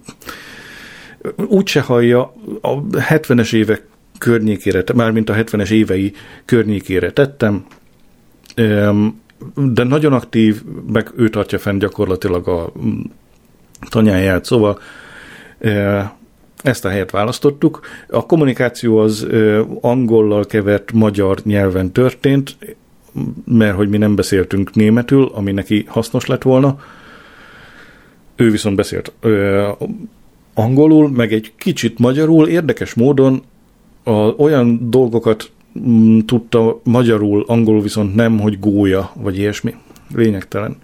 úgyse hallja, a hetvenes évek környékére, mármint a hetvenes évei környékére tettem, de nagyon aktív, meg ő tartja fenn gyakorlatilag a tanyáját, szóval ezt a helyet választottuk. A kommunikáció az angollal kevert magyar nyelven történt, mert hogy mi nem beszéltünk németül, ami neki hasznos lett volna. Ő viszont beszélt angolul, meg egy kicsit magyarul, érdekes módon a, olyan dolgokat m, tudta magyarul, angolul viszont nem, hogy gólya, vagy ilyesmi. Lényegtelen.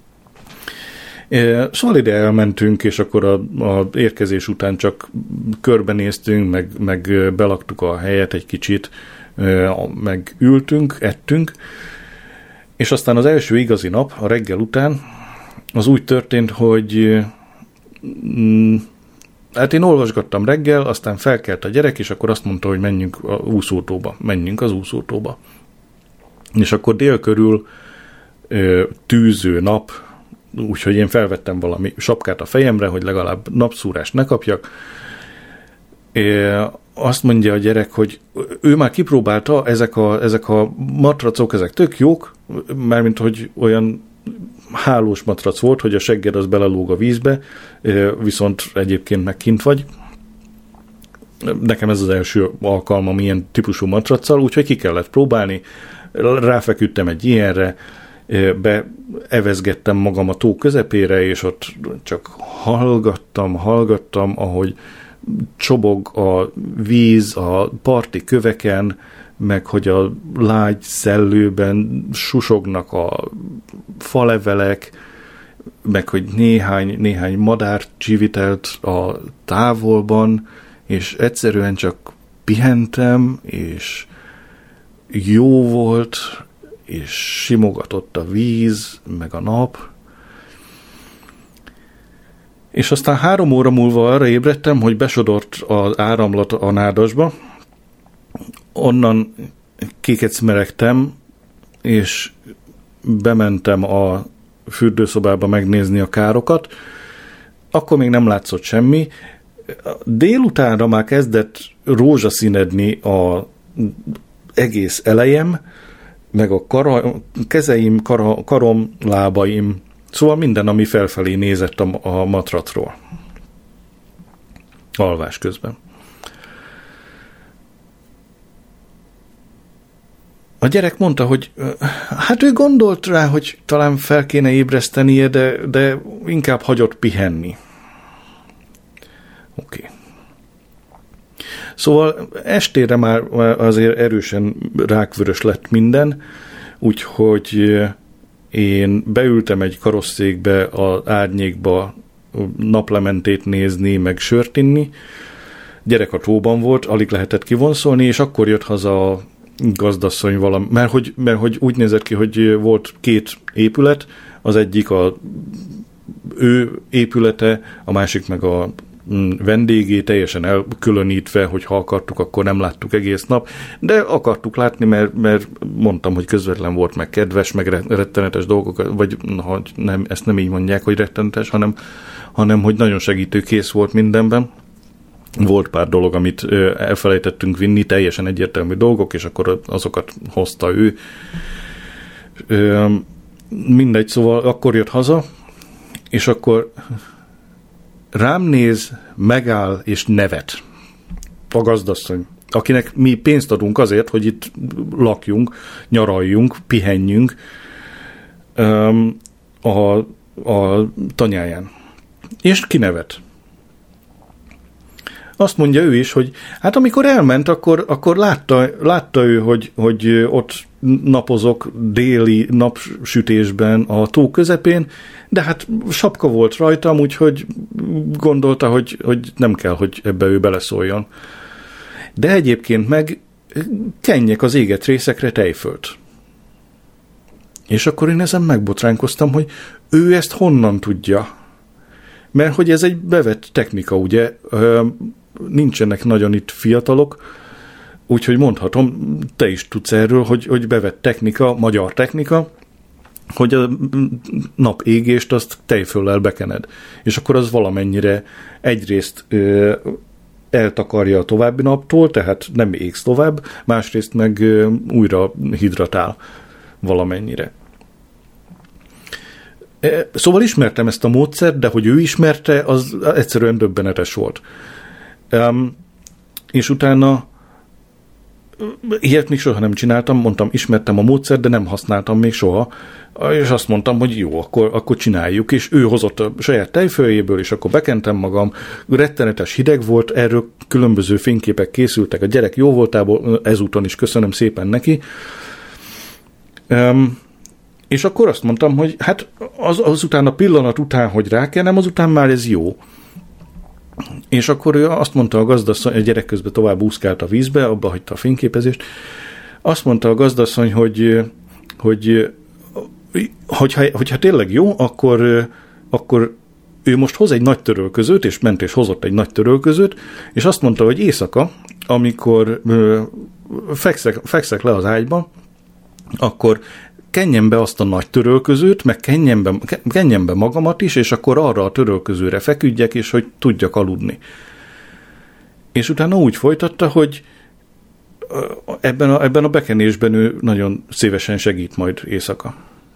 E, szóval ide elmentünk, és akkor a, a érkezés után csak körbenéztünk, meg, meg belaktuk a helyet egy kicsit, e, meg ültünk, ettünk, és aztán az első igazi nap, a reggel után, az úgy történt, hogy mm, Hát én olvasgattam reggel, aztán felkelt a gyerek, és akkor azt mondta, hogy menjünk a úszótóba. Menjünk az úszótóba. És akkor dél körül ö, tűző nap, úgyhogy én felvettem valami sapkát a fejemre, hogy legalább napszúrást ne kapjak. É, azt mondja a gyerek, hogy ő már kipróbálta, ezek a, ezek a matracok, ezek tök jók, mármint, hogy olyan hálós matrac volt, hogy a segged az belelóg a vízbe, viszont egyébként meg kint vagy. Nekem ez az első alkalmam ilyen típusú matraccal, úgyhogy ki kellett próbálni. Ráfeküdtem egy ilyenre, beevezgettem magam a tó közepére, és ott csak hallgattam, hallgattam, ahogy csobog a víz a parti köveken, meg hogy a lágy szellőben susognak a falevelek, meg hogy néhány, néhány madár csivitelt a távolban, és egyszerűen csak pihentem, és jó volt, és simogatott a víz, meg a nap. És aztán három óra múlva arra ébredtem, hogy besodort az áramlat a nádasba, onnan kikecmeregtem, és bementem a fürdőszobába megnézni a károkat. Akkor még nem látszott semmi. Délutánra már kezdett rózsaszínedni az egész elejem, meg a kara, kezeim, kara, karom, lábaim, szóval minden, ami felfelé nézett a, a matracról. Alvás közben. A gyerek mondta, hogy hát ő gondolt rá, hogy talán fel kéne ébresztenie, de, de inkább hagyott pihenni. Oké. Okay. Szóval estére már azért erősen rákvörös lett minden, úgyhogy én beültem egy karosszékbe az árnyékba naplementét nézni, meg sört inni. Gyerek a tóban volt, alig lehetett kivonszolni, és akkor jött haza a gazdasszony valami, mert hogy, mert hogy úgy nézett ki, hogy volt két épület, az egyik a ő épülete, a másik meg a vendégé, teljesen elkülönítve, hogy ha akartuk, akkor nem láttuk egész nap, de akartuk látni, mert, mert mondtam, hogy közvetlen volt, meg kedves, meg rettenetes dolgok, vagy ha nem, ezt nem így mondják, hogy rettenetes, hanem, hanem hogy nagyon segítőkész volt mindenben. Volt pár dolog, amit elfelejtettünk vinni, teljesen egyértelmű dolgok, és akkor azokat hozta ő. Mindegy, szóval akkor jött haza, és akkor rám néz, megáll és nevet a gazdasszony, akinek mi pénzt adunk azért, hogy itt lakjunk, nyaraljunk, pihenjünk a, a tanyáján. És kinevet. Azt mondja ő is, hogy hát amikor elment, akkor, akkor látta, látta ő, hogy, hogy ott napozok déli napsütésben a tó közepén, de hát sapka volt rajtam, úgyhogy gondolta, hogy, hogy nem kell, hogy ebbe ő beleszóljon. De egyébként meg kenjek az égett részekre tejfölt. És akkor én ezen megbotránkoztam, hogy ő ezt honnan tudja. Mert hogy ez egy bevett technika, ugye, nincsenek nagyon itt fiatalok, úgyhogy mondhatom, te is tudsz erről, hogy, hogy bevett technika, magyar technika, hogy a napégést azt tejföllel bekened. És akkor az valamennyire egyrészt ö, eltakarja a további naptól, tehát nem égsz tovább, másrészt meg ö, újra hidratál valamennyire. Szóval ismertem ezt a módszert, de hogy ő ismerte, az egyszerűen döbbenetes volt. Um, és utána ilyet még soha nem csináltam, mondtam, ismertem a módszert, de nem használtam még soha, és azt mondtam, hogy jó, akkor, akkor csináljuk, és ő hozott a saját tejföljéből, és akkor bekentem magam, rettenetes hideg volt, erről különböző fényképek készültek, a gyerek jó voltából, ezúton is köszönöm szépen neki. Um, és akkor azt mondtam, hogy hát az, azután a pillanat után, hogy rákenem, azután már ez jó. És akkor ő azt mondta a gazdasszony, a gyerek közben tovább úszkált a vízbe, abba hagyta a fényképezést, azt mondta a gazdasszony, hogy, hogy hogyha, hogyha tényleg jó, akkor, akkor ő most hoz egy nagy törölközőt, és ment és hozott egy nagy törölközőt, és azt mondta, hogy éjszaka, amikor ö, fekszek, fekszek le az ágyba, akkor kenjem be azt a nagy törölközőt, meg kenjem be, kenjem be magamat is, és akkor arra a törölközőre feküdjek, és hogy tudjak aludni. És utána úgy folytatta, hogy ebben a, ebben a bekenésben ő nagyon szívesen segít majd éjszaka.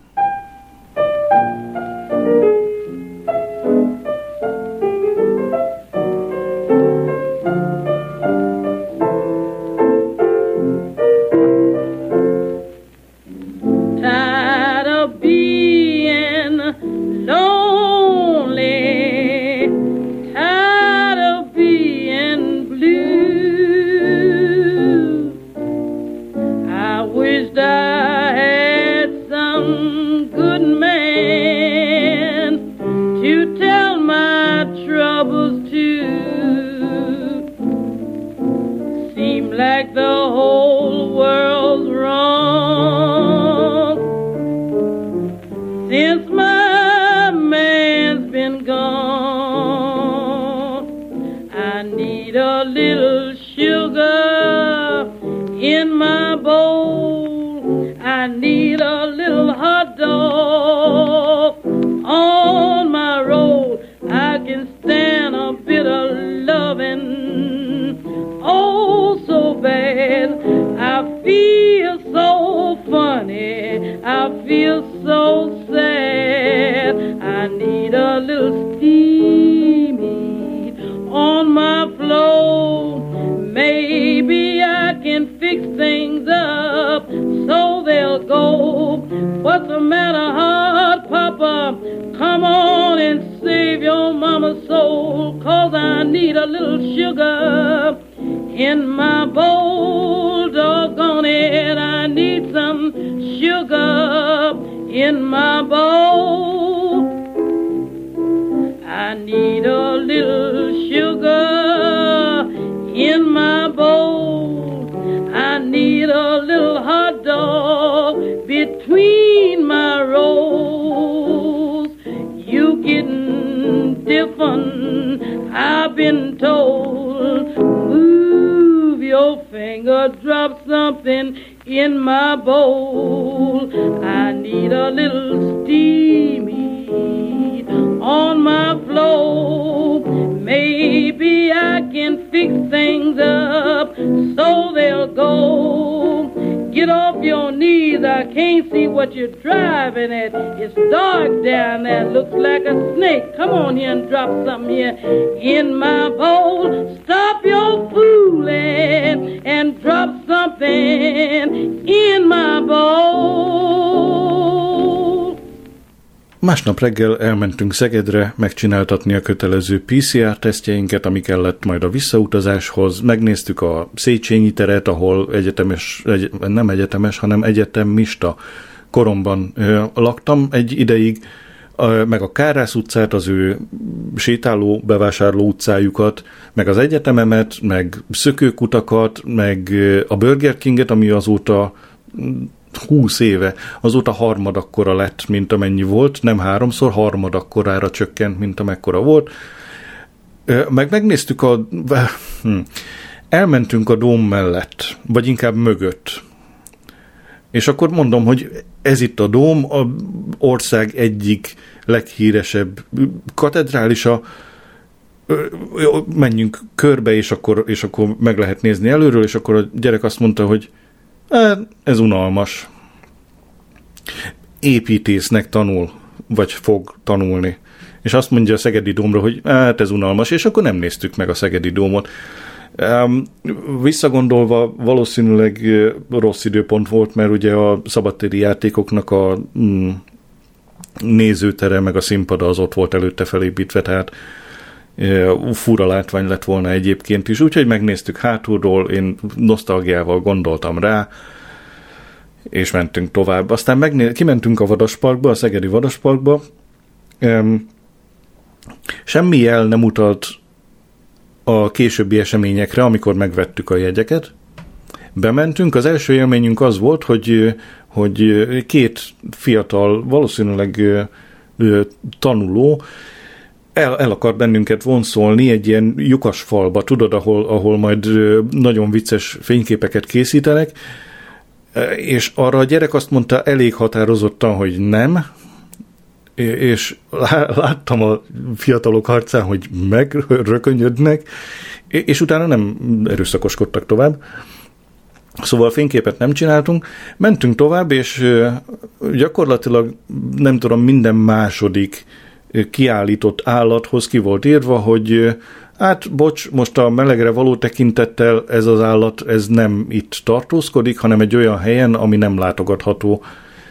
Másnap reggel elmentünk Szegedre megcsináltatni a kötelező pé cé er-tesztjeinket, ami kellett majd a visszautazáshoz. Megnéztük a Széchenyi teret, ahol egyetemes, egy, nem egyetemes, hanem egyetemista koromban ö, laktam egy ideig, ö, meg a Kárász utcát, az ő sétáló, bevásárló utcájukat, meg az egyetememet, meg szökőkutakat, meg a Burger Kinget, ami azóta húsz éve, azóta harmad akkora lett, mint amennyi volt, nem háromszor, harmad akkorára csökkent, mint amekkora volt. Meg megnéztük a... Hm, elmentünk a dóm mellett, vagy inkább mögött. És akkor mondom, hogy ez itt a dóm, a ország egyik leghíresebb katedrálisa, menjünk körbe, és akkor, és akkor meg lehet nézni előről, és akkor a gyerek azt mondta, hogy ez unalmas. Építésznek tanul, vagy fog tanulni. És azt mondja a Szegedi Dómra, hogy hát ez unalmas, és akkor nem néztük meg a Szegedi Dómot. Visszagondolva valószínűleg rossz időpont volt, mert ugye a szabadtéri játékoknak a mm, nézőtere, meg a színpada az ott volt előtte felépítve, tehát fura látvány lett volna egyébként is, úgyhogy megnéztük hátulról, én nosztalgiával gondoltam rá, és mentünk tovább. Aztán megné- kimentünk a Vadasparkba, a Szegedi Vadasparkba. Um, semmi jel nem utalt a későbbi eseményekre, amikor megvettük a jegyeket. Bementünk, az első élményünk az volt, hogy, hogy két fiatal, valószínűleg tanuló el, el akar bennünket vonszolni egy ilyen lyukas falba, tudod, ahol, ahol majd nagyon vicces fényképeket készítenek, és arra a gyerek azt mondta elég határozottan, hogy nem, és láttam a fiatalok arcán, hogy megrökönyödnek, és utána nem erőszakoskodtak tovább. Szóval fényképet nem csináltunk, mentünk tovább, és gyakorlatilag nem tudom, minden második kiállított állathoz ki volt írva, hogy hát bocs, most a melegre való tekintettel ez az állat, ez nem itt tartózkodik, hanem egy olyan helyen, ami nem látogatható.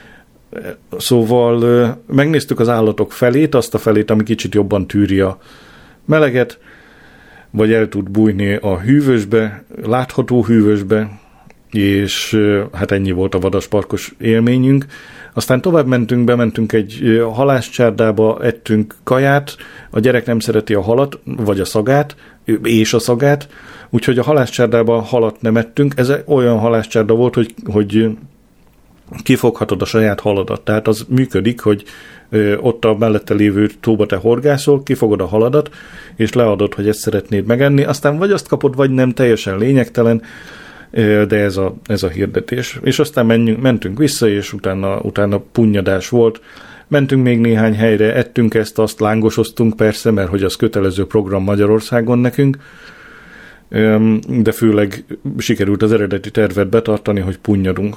Szóval megnéztük az állatok felét, azt a felét, ami kicsit jobban tűri a meleget, vagy el tud bújni a hűvösbe, látható hűvösbe, és hát ennyi volt a vadasparkos élményünk. Aztán tovább mentünk, bementünk egy halászcsárdába, ettünk kaját, a gyerek nem szereti a halat, vagy a szagát, és a szagát, úgyhogy a halászcsárdába halat nem ettünk. Ez olyan halászcsárda volt, hogy, hogy kifoghatod a saját haladat. Tehát az működik, hogy ott a mellette lévő tóba te horgászol, kifogod a haladat, és leadod, hogy ezt szeretnéd megenni, aztán vagy azt kapod, vagy nem, teljesen lényegtelen, de ez a, ez a hirdetés. És aztán menjünk, mentünk vissza, és utána, utána punnyadás volt. Mentünk még néhány helyre, ettünk ezt, azt lángosoztunk persze, mert hogy az kötelező program Magyarországon nekünk, de főleg sikerült az eredeti tervet betartani, hogy punnyadunk.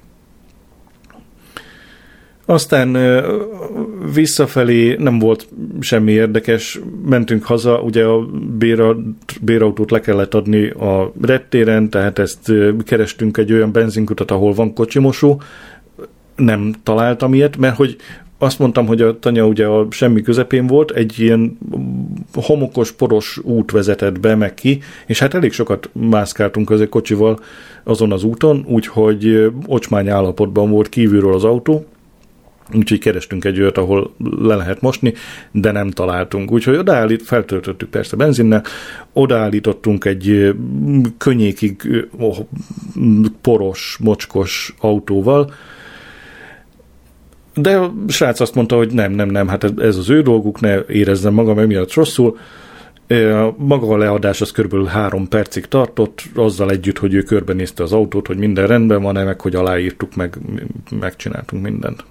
Aztán visszafelé nem volt semmi érdekes, mentünk haza, ugye a béra, bérautót le kellett adni a reptéren, tehát ezt kerestünk egy olyan benzinkutat, ahol van kocsimosó, nem találtam ilyet, mert hogy azt mondtam, hogy a tanya ugye a semmi közepén volt, egy ilyen homokos, poros út vezetett be meg ki, és hát elég sokat mászkáltunk az egy kocsival azon az úton, úgyhogy ocsmány állapotban volt kívülről az autó, úgyhogy kerestünk egy olyat, ahol le lehet mosni, de nem találtunk. Úgyhogy odaállít, feltöltöttük persze benzinnel, odaállítottunk egy könnyékig poros, mocskos autóval, de a srác azt mondta, hogy nem, nem, nem, hát ez az ő dolguk, ne érezzem magam emiatt rosszul. Maga a leadás az körülbelül három percig tartott, azzal együtt, hogy ő körbenézte az autót, hogy minden rendben van-e, meg hogy aláírtuk, meg megcsináltunk mindent.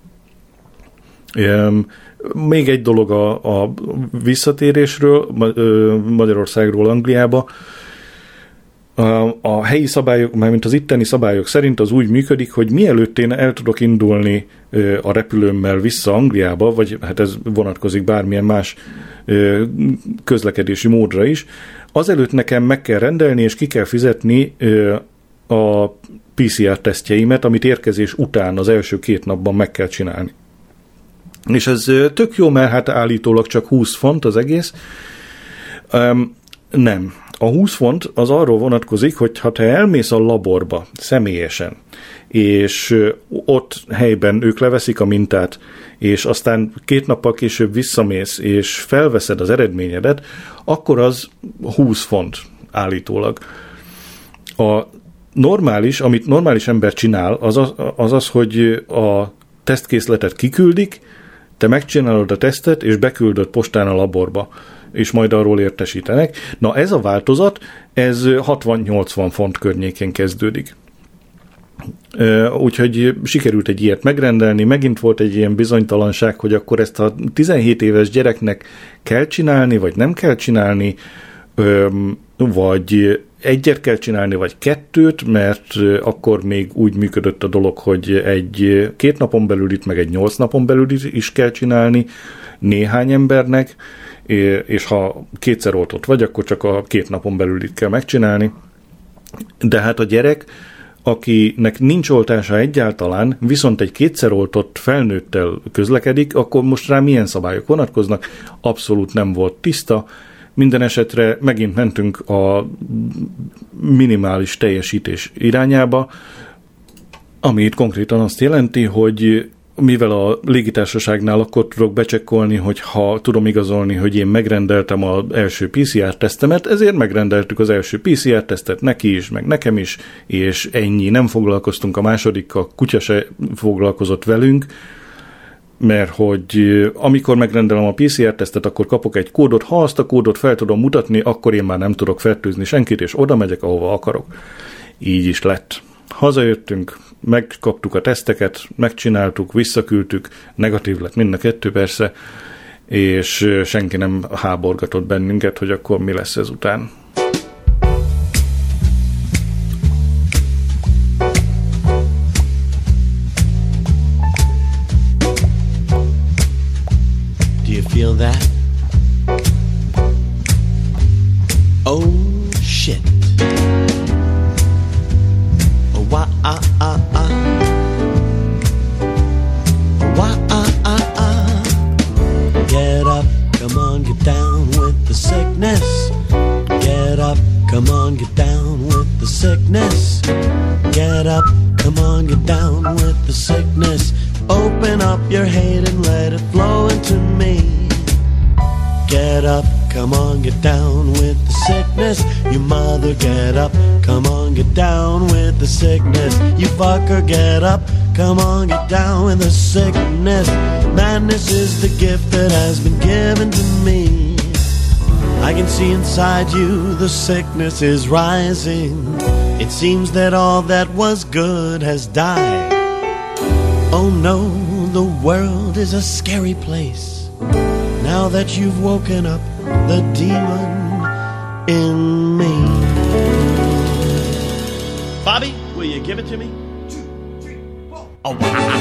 Még egy dolog a, a visszatérésről Magyarországról Angliába. A, a helyi szabályok, mármint az itteni szabályok szerint az úgy működik, hogy mielőtt én el tudok indulni a repülőmmel vissza Angliába, vagy hát ez vonatkozik bármilyen más közlekedési módra is, azelőtt nekem meg kell rendelni és ki kell fizetni a pé cé er tesztjeimet, amit érkezés után az első két napban meg kell csinálni. És ez tök jó, mert hát állítólag csak húsz font az egész. Um, nem. A húsz font az arról vonatkozik, hogy ha te elmész a laborba személyesen, és ott helyben ők leveszik a mintát, és aztán két nappal később visszamész, és felveszed az eredményedet, akkor az húsz font állítólag. A normális, amit normális ember csinál, az az, az, az hogy a tesztkészletet kiküldik, te megcsinálod a tesztet, és beküldöd postán a laborba, és majd arról értesítenek. Na ez a változat, ez hatvan-nyolcvan font környékén kezdődik. Úgyhogy sikerült egy ilyet megrendelni, megint volt egy ilyen bizonytalanság, hogy akkor ezt a tizenhét éves gyereknek kell csinálni, vagy nem kell csinálni, vagy egyet kell csinálni, vagy kettőt, mert akkor még úgy működött a dolog, hogy egy két napon belül itt, meg egy nyolc napon belül is kell csinálni néhány embernek, és ha kétszer oltott vagy, akkor csak a két napon belül itt kell megcsinálni. De hát a gyerek, akinek nincs oltása egyáltalán, viszont egy kétszer oltott felnőttel közlekedik, akkor most rá milyen szabályok vonatkoznak? Abszolút nem volt tiszta. Minden esetre megint mentünk a minimális teljesítés irányába, ami itt konkrétan azt jelenti, hogy mivel a légitársaságnál akkor tudok becsekkolni, hogy ha tudom igazolni, hogy én megrendeltem az első pé cé er tesztemet, ezért megrendeltük az első pé cé er tesztet neki is, meg nekem is, és ennyi. Nem foglalkoztunk a másodikkal, kutya se foglalkozott velünk, mert hogy amikor megrendelem a pé cé er-tesztet, akkor kapok egy kódot, ha azt a kódot fel tudom mutatni, akkor én már nem tudok fertőzni senkit, és oda megyek, ahova akarok. Így is lett. Hazajöttünk, megkaptuk a teszteket, megcsináltuk, visszaküldtük, negatív lett mind a kettő persze, és senki nem háborgatott bennünket, hogy akkor mi lesz ezután. Do you feel that? Oh shit. Oh wah ah ah ah. Wah ah ah ah. Get up, come on, get down with the sickness. Get up, come on, get down with the sickness. Get up, come on, get down with the sickness. Open up your hate and let it flow into me. Get up, come on, get down with the sickness. You mother, get up, come on, get down with the sickness. You fucker, get up, come on, get down with the sickness. Madness is the gift that has been given to me. I can see inside you the sickness is rising. It seems that all that was good has died. Oh no, the world is a scary place. Now that you've woken up the demon in me. Bobby, will you give it to me? Two, three, four. Oh.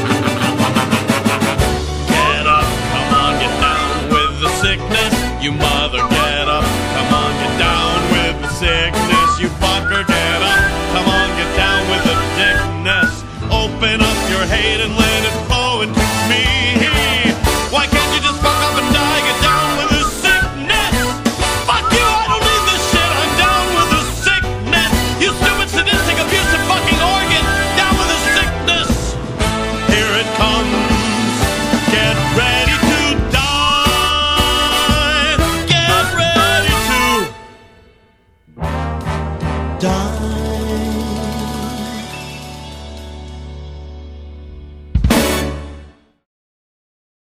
Get up, come on, get down with the sickness. You mother, get up, come on, get down with the sickness. You fucker, get up, come on, get down with the sickness. Open up your hate and let it flow into me. Why can't you just fuck up and die? Get down with the sickness. Fuck you, I don't need this shit. I'm down with the sickness. You stupid, sadistic, abusive fucking organ. Down with the sickness. Here it comes. Get ready to die. Get ready to die.